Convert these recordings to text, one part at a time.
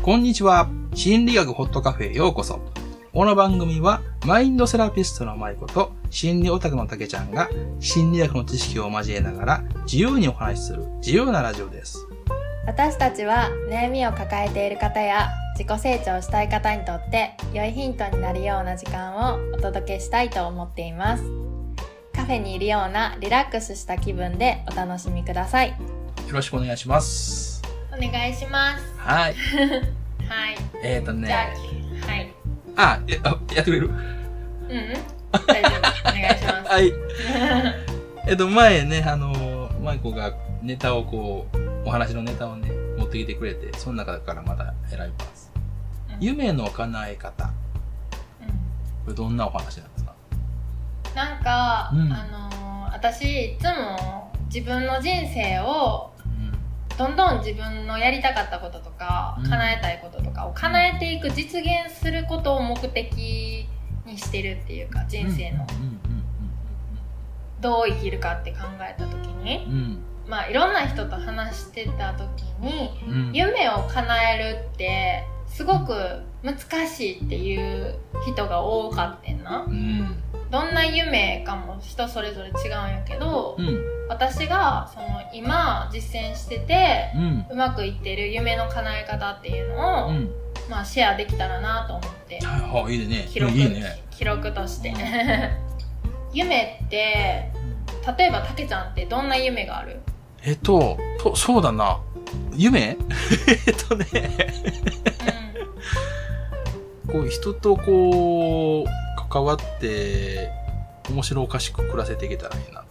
こんにちは。心理学ホットカフェへようこそ。この番組はマインドセラピストのまいこと心理オタクのたけちゃんが心理学の知識を交えながら自由にお話しする自由なラジオです。 私たちは悩みを抱えている方や自己成長したい方にとって良いヒントになるような時間をお届けしたいと思っています。カフェにいるようなリラックスした気分でお楽しみください。よろしくお願いします。 お願いします。 はい。 はい。 じゃあ、はい。 やってくれる？ 大丈夫。お願いします。 はい。前ね、マイコがネタをお話のネタをね、持ってきてくれて、その中からまた選びます。夢の叶え方。これどんなお話なんですか？ なんか、私いつも自分の人生をどんどん自分のやりたかったこととか、叶えたいこととかを叶えていく、実現することを目的にしてるっていうか、人生のどう生きるかって考えた時に、いろんな人と話してた時に、夢を叶えるってすごく難しいっていう人が多かったんな。どんな夢かも人それぞれ違うんやけど、私が今実践してて、うまくいってる夢の叶え方っていうのを、シェアできたらなと思って、 いいね。 記録として夢って、例えばたけちゃんってどんな夢がある？ そうだな。夢人と関わって面白おかしく暮らせていけたらいいな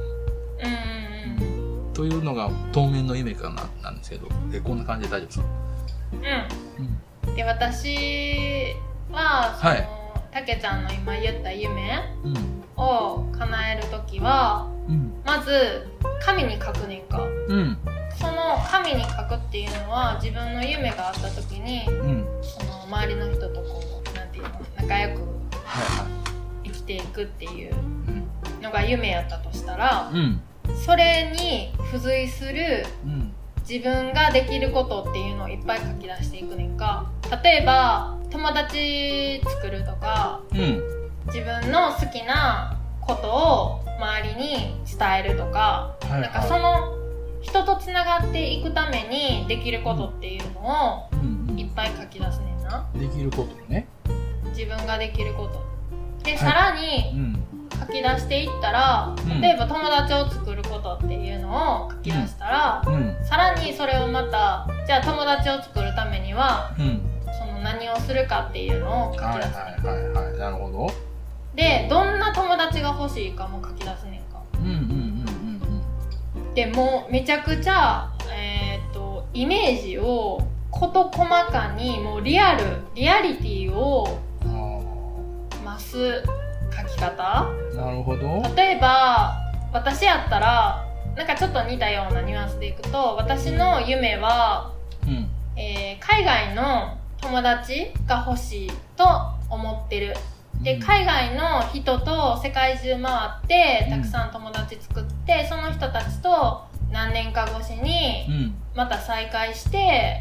というのが当面の夢かななんですけど、こんな感じで大丈夫ですか？ で、私はたけちゃんの今言った夢を叶えるときは、まず紙に書くねんか。その紙に書くっていうのは、自分の夢があったときに、その周りの人となんていうの、仲良く生きていくっていうのが夢やったとしたら、それに付随する自分ができることっていうのをいっぱい書き出していくねんか。例えば友達作るとか、自分の好きなことを周りに伝えるとか、なんかその人とつながっていくためにできることっていうのをいっぱい書き出すねんな。 できることね。 自分ができることで、さらに書き出していったら、例えば友達を作ることっていうのを書き出したら、さらにそれをまた、じゃあ友達を作るためには、その何をするかっていうのを書き出すねん。 なるほど。 で、どんな友達が欲しいかも書き出すねんか。でもうめちゃくちゃ、イメージを事細かに、もうリアリティを増す書き方。なるほど。例えば私やったら、なんかちょっと似たようなニュアンスでいくと、私の夢は、海外の友達が欲しいと思ってる。で、海外の人と世界中回ってたくさん友達作って、その人たちと何年か越しにまた再会して、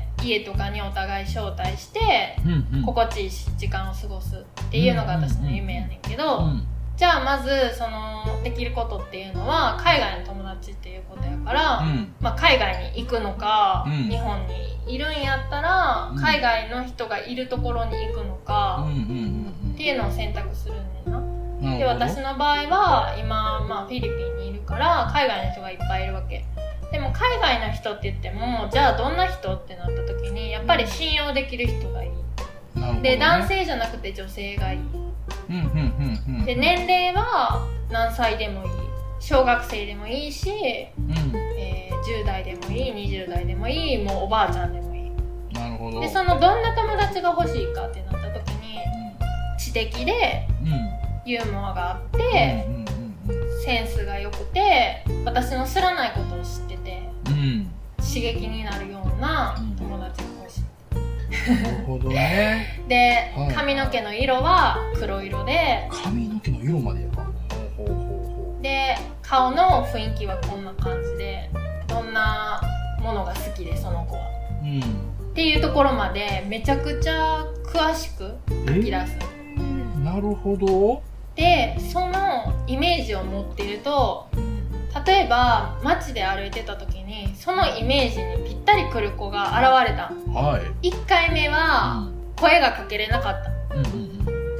家とかにお互い招待して、心地いい時間を過ごすっていうのが私の夢やねんけど、じゃあまずできることっていうのは海外の友達っていうことやから、海外に行くのか、日本にいるんやったら海外の人がいるところに行くのかっていうのを選択するねんな。で、私の場合は今、フィリピンにいるから海外の人がいっぱいいるわけでも、海外の人って言っても、じゃあどんな人ってなった時に、やっぱり信用できる人がいい、で、男性じゃなくて女性がいい、で、年齢は何歳でもいい、小学生でもいいし、10代でもいい、20代でもいい、もうおばあちゃんでもいい。 なるほど。 で、どんな友達が欲しいかってなった時に、知的で、ユーモアがあって、センスが良くて、私の知らないことを知ってて、刺激になるような友達が欲しい。 なるほどね。 で、髪の毛の色は黒色で、 髪の毛の色までやか。 で、顔の雰囲気はこんな感じで、どんなものが好きで、その子はっていうところまでめちゃくちゃ詳しく書き出す。 なるほど。 でそのイメージを持っていると、例えば街で歩いてた時にそのイメージにぴったり来る子が現れた。 はい。 1回目は声がかけれなかった。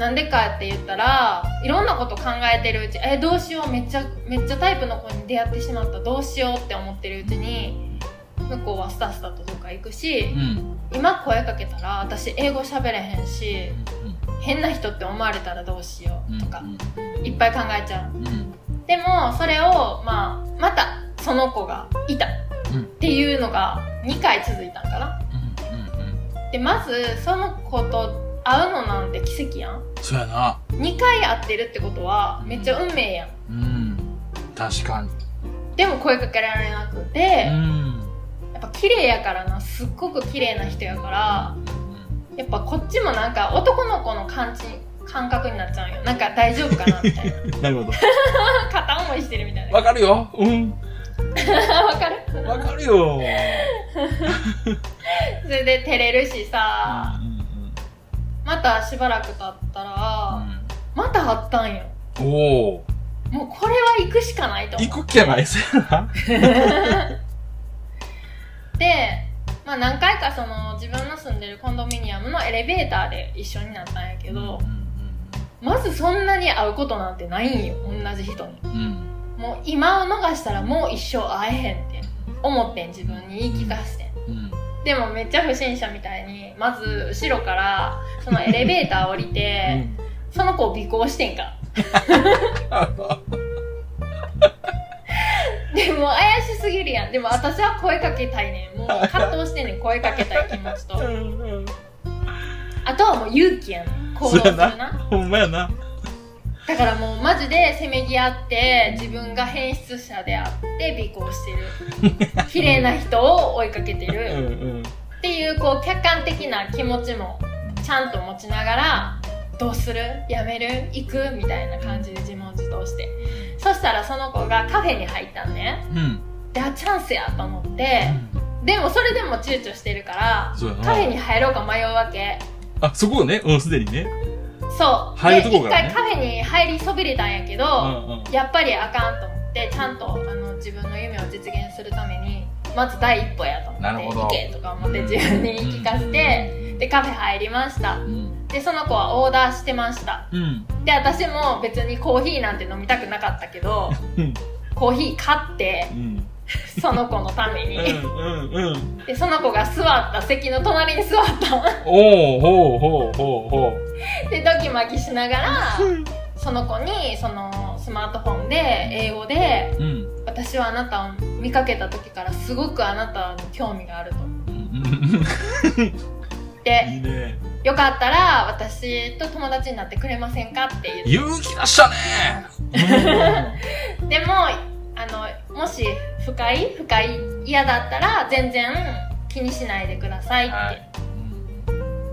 なんでかって言ったら、いろんなこと考えてるうち、どうしよう、めっちゃタイプの子に出会ってしまった、どうしようって思ってるうちに向こうはスタスタとどっか行くし、今声かけたら私英語喋れへんし、変な人って思われたらどうしようとか、いっぱい考えちゃう。でもそれを、またその子がいたっていうのが2回続いたんかな。でまずその子と会うのなんて奇跡やん。 そうやな。 2回会ってるってことはめっちゃ運命やん。 確かに。 でも声かけられなくて、やっぱ綺麗やからな、すっごく綺麗な人やから、やっぱこっちもなんか男の子の感覚になっちゃうんよ。なんか大丈夫かなみたいな。 なるほど。 片思いしてるみたいな。 わかるよ。わかる？ わかるよ。 それで照れるしさ、またしばらく経ったら、また会ったんよ。もうこれは行くしかないと思う。 行く気やないせやな。 で、何回かその自分の住んでるコンドミニアムのエレベーターで一緒になったんやけど、まずそんなに会うことなんてないんよ、同じ人に。もう今を逃したらもう一生会えへんって思ってん、自分に言い聞かせてん。でもめっちゃ不審者みたいに、まず後ろからそのエレベーター降りて、その子を尾行してんか。でも怪しすぎるやん。でも私は声かけたいねん。もう葛藤してんねん、声かけたい気持ちと。あとはもう勇気やねん、行動するな。 ほんまやな。 だからもうマジでせめぎ合って、自分が変質者であって尾行してる。綺麗な人を追いかけてる。っていうこう客観的な気持ちもちゃんと持ちながら、どうする？やめる？行く？みたいな感じで自問自答して。そしたらその子がカフェに入ったんね。で、チャンスやと思って、でもそれでも躊躇してるから、カフェに入ろうか迷うわけ。 あ、そこをね、すでにね。 そう。 入るとこからね。 一回カフェに入りそびれたんやけど、やっぱりあかんと思って、ちゃんと自分の夢を実現するために、まず第一歩やと思って、行けとか思って自分に言い聞かせて、で、カフェ入りました。で、その子はオーダーしてました。で、私も別にコーヒーなんて飲みたくなかったけど、コーヒー買って、その子のために。で、その子が座った席の隣に座った。で、ドキマキしながら、その子に、そのスマートフォンで、英語で、私はあなたを見かけた時からすごくあなたに興味があると。で、いいね。よかったら私と友達になってくれませんかって言って。 勇気出したね。 でももし不快嫌だったら全然気にしないでくださいって、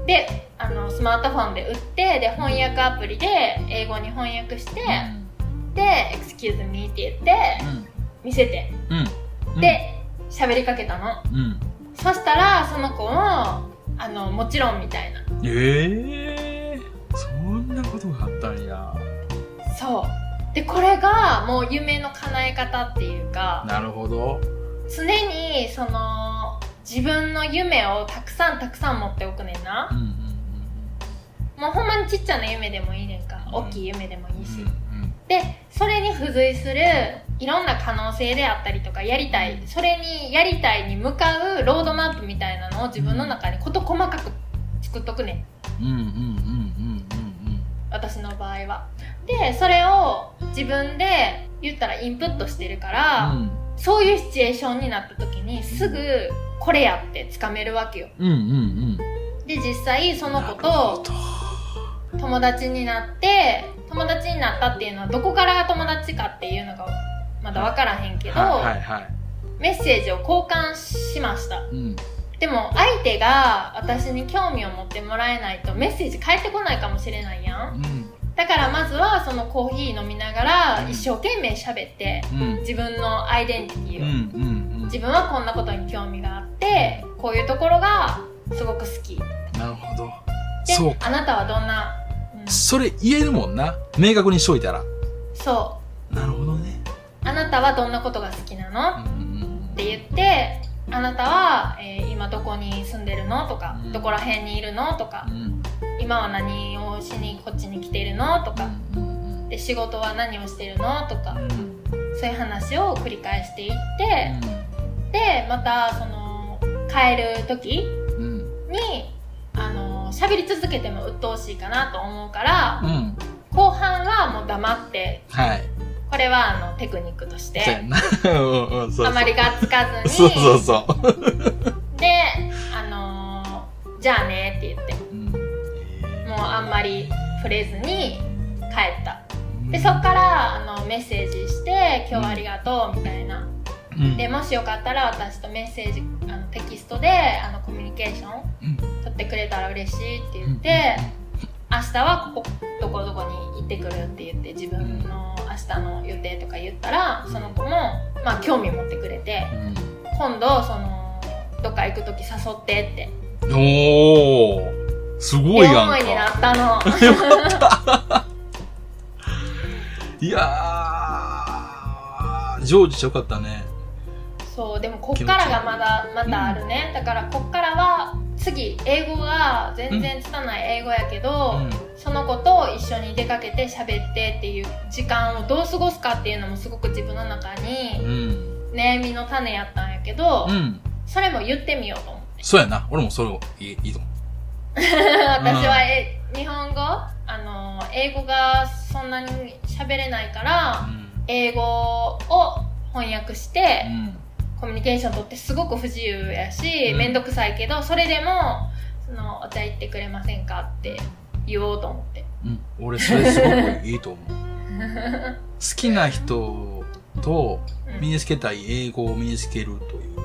でスマートフォンで打って、で翻訳アプリで英語に翻訳して、で Excuse me って言って、見せて、で喋りかけたの、そしたらその子ももちろんみたいな。 そんなことがあったんや。 そうで、これがもう夢の叶え方っていうか。 なるほど。 常にその自分の夢をたくさん持っておくねんな。もうほんまにちっちゃな夢でもいいねんか、大きい夢でもいいし、でそれに付随するいろんな可能性であったりとか、それにやりたいに向かうロードマップみたいなのを自分の中に事細かく作っとくねん。私の場合は。でそれを自分で言ったらインプットしてるから、そういうシチュエーションになった時にすぐこれやってつかめるわけよ。で実際その子と友達になったっていうのはどこからが友達かっていうのがまだ分からへんけど、メッセージを交換しました、でも相手が私に興味を持ってもらえないとメッセージ返ってこないかもしれないやん、だからまずはそのコーヒー飲みながら一生懸命喋って、自分のアイデンティティを、自分はこんなことに興味があってってこういうところがすごく好き。 なるほど。 でそうか。 あなたはどんな、 それ言えるもんな。明確にしといたら。 そなるほどね。 う。あなたはどんなことが好きなの、って言って、あなたは、今どこに住んでるのとか、どこら辺にいるのとか、今は何をしにこっちに来てるのとか、で仕事は何をしてるのとか、そういう話を繰り返していって、でまたその帰る時に喋り続けても鬱陶しいかなと思うから、後半はもう黙って、 はい、 これはテクニックとしてあまりがっつかずにそうでじゃあねって言って、もうあんまり触れずに帰った。でそっからメッセージして今日はありがとうみたいな、でもしよかったら私とメッセージテキストでコミュニケーション取ってくれたら嬉しいって言って、明日はここどこどこに行ってくるって言って自分の明日の予定とか言ったら、その子もまあ興味持ってくれて、今度どっか行く時誘ってって。 おー、すごいやんか。 思いになったの。 よかった。いやー、成就してよかったね。 そう、でもこっからがまたあるね。だからこっからは次英語が全然拙い英語やけど、その子と一緒に出かけて喋ってっていう時間をどう過ごすかっていうのもすごく自分の中に悩みの種やったんやけど、それも言ってみようと思って。 そうやな、俺もそれをいいと思う。 私は日本語英語がそんなに喋れないから、英語を翻訳して、コミュニケーション取ってすごく不自由やし、めんどくさいけど、それでもお茶行ってくれませんかって言おうと思って。 俺それすごくいいと思う。好きな人と身につけたい英語を身につけるという、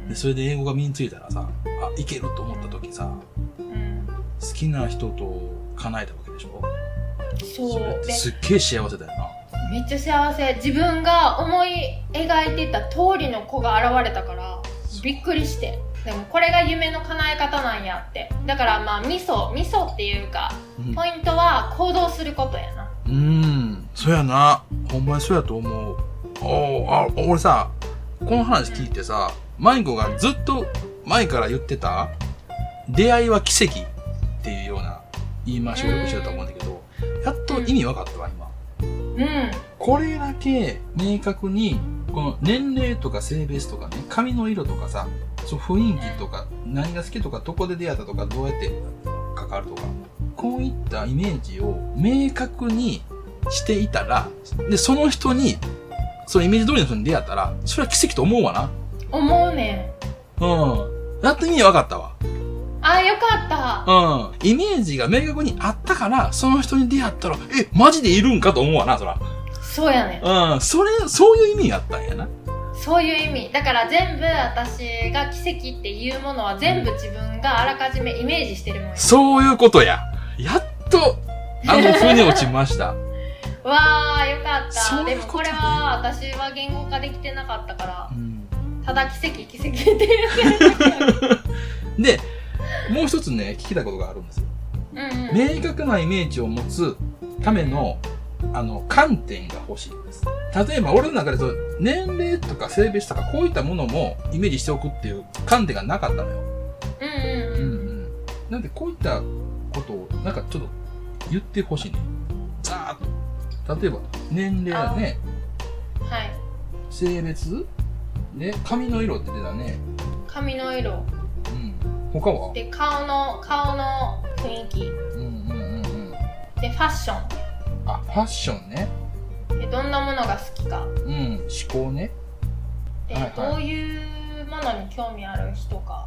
でそれで英語が身についたらさ、あ、いけると思った時さ、好きな人と叶えたわけでしょ。 そう。 それってすっげえ幸せだよな。 めっちゃ幸せ。自分が思い描いてた通りの子が現れたからびっくりして、でもこれが夢の叶え方なんやって。だからまあミソっていうか、ポイントは行動することやな。 そうやな。ほんまにそうやと思う。俺さ、この話聞いてさ、マイコがずっと前から言ってた出会いは奇跡っていうような言い回しをよくしてたと思うんだけど、やっと意味分かったわ今。これだけ明確にこの年齢とか性別とかね、髪の色とかさ、そう雰囲気とか何が好きとかどこで出会ったとかどうやって関わるとか、こういったイメージを明確にしていたら、でその人にそのイメージ通りの人に出会ったら、それは奇跡と思うわな。 思うねん。 やっと意味分かったわ。 あ、よかった。 イメージが明確にあったから、その人に出会ったら、マジでいるんかと思うわな、そら。 そうやねん。そういう意味やったんやな。 そういう意味。だから全部私が奇跡っていうものは全部自分があらかじめイメージしてるもんや。 そういうことや。やっと、風に落ちました。 わー、よかった。でもこれは私は言語化できてなかったから、ただ奇跡って言ってるだけ。 で、もう一つね、聞きたいことがあるんですよ。明確なイメージを持つための、観点が欲しいんです。例えば、俺の中で年齢とか性別とかこういったものもイメージしておくっていう観点がなかったのよ。なんで、こういったことを、なんかちょっと言ってほしいね。ざーっと。例えば、年齢だね。 はい。 性別で、髪の色って出たね。 髪の色。 他はで、顔の雰囲気。で、ファッション。 ファッションね。 で、どんなものが好きか。 思考ね。 で、どういうものに興味ある人か。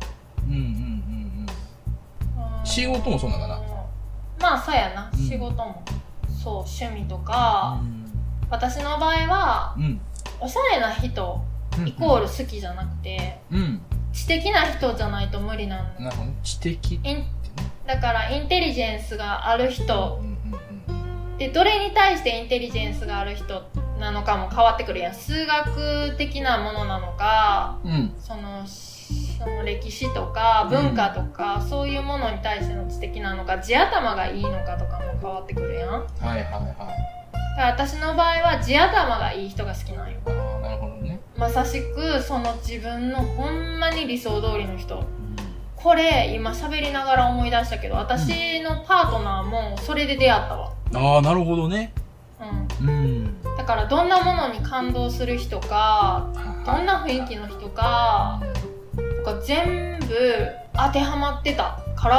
仕事もそうなのかな。 まあ、そうやな。仕事も。そう、趣味とか。私の場合は、おしゃれな人イコール好きじゃなくて、知的な人じゃないと無理なの。 なるほど。知的。 だからインテリジェンスがある人、でどれに対してインテリジェンスがある人なのかも変わってくるやん。数学的なものなのか、そのその歴史とか文化とか、そういうものに対しての知的なのか、地頭がいいのかとかも変わってくるやん。 はいはいはい。 だから私の場合は地頭がいい人が好きなんよ。 ああ、なるほどね。 まさしくその自分のほんまに理想通りの人。これ今喋りながら思い出したけど、私のパートナーもそれで出会ったわ。 ああ、なるほどね。 だからどんなものに感動する人か、どんな雰囲気の人かとか全部当てはまってたから、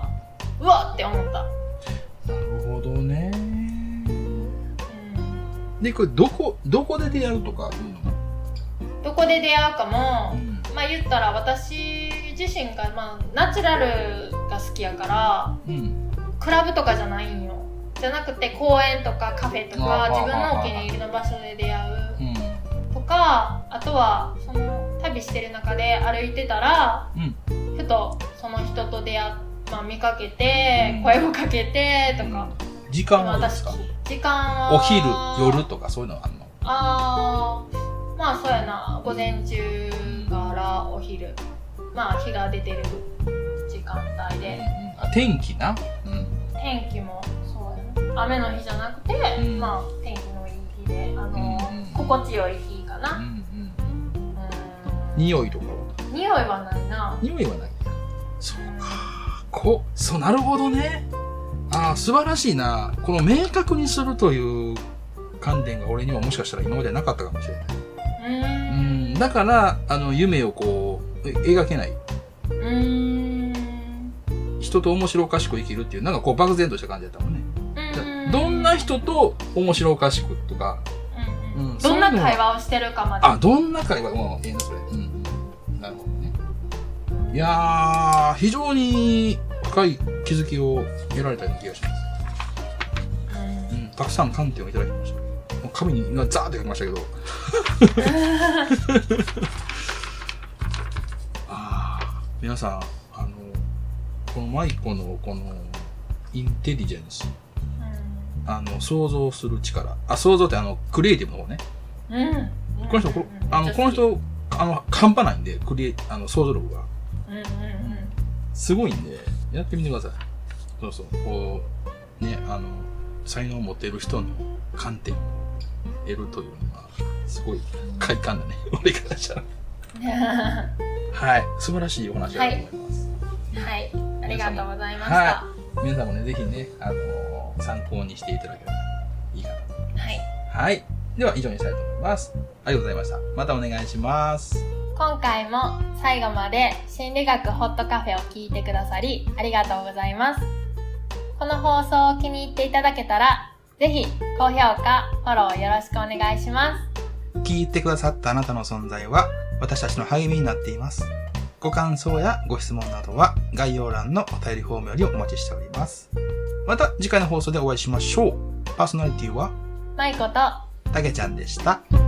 うわって思った。 なるほどね。で、これどこで出会うとかいうの？ どこで出会うかも、まあ言ったら私自身が、まあ、ナチュラルが好きやから、クラブとかじゃないんよ。じゃなくて公園とかカフェとか自分のお気に入りの場所で出会うとか、あとはその旅してる中で歩いてたら、ふとその人と出会っ、まあ、見かけて、声をかけてとか。 時間はどうですか？ 時間はお昼、夜とかそういうのあるの？ まあそうやな、午前中からお昼、まあ日が出てる時間帯で、 天気な、 天気もそうやな、雨の日じゃなくて、まあ天気のいい日で、心地よい日かな。 匂いとかは？ 匂いはないな。 匂いはない。そうか。そう、なるほどね。素晴らしいな。この明確にするという観点が俺にはもしかしたら今までなかったかもしれない。だから、夢をこう、描けない。人と面白おかしく生きるっていう、なんかこう漠然とした感じだったもんね。どんな人と面白おかしくとか、 どんな会話をしてるかまで。 どんな会話、いいな、それ。なるほどね。いやー、非常に深い気づきを得られたような気がします。たくさん観点をいただきました。紙に今ザーって書きましたけど。皆さん、このマイコのこのインテリジェンス、想像する力、想像ってクリエイティブの方ね。この人、半端ないんで、想像力が。すごいんで、やってみてください。そうそう。こう、ね、才能を持っている人の観点を得るというのは、すごい快感だね。俺からしたら。はい。素晴らしいお話だと思います。 はい。ありがとうございました。 皆さんもね、ぜひね、参考にしていただければいいかなと思います。はい。では、以上にしたいと思います。ありがとうございました。またお願いします。 今回も最後まで心理学ホットカフェを聞いてくださりありがとうございます。この放送を気に入っていただけたら、ぜひ高評価、フォローよろしくお願いします。 聞いてくださったあなたの存在は私たちの励みになっています。ご感想やご質問などは概要欄のお便りフォームよりお待ちしております。また次回の放送でお会いしましょう。パーソナリティはマイコとたけちゃんでした。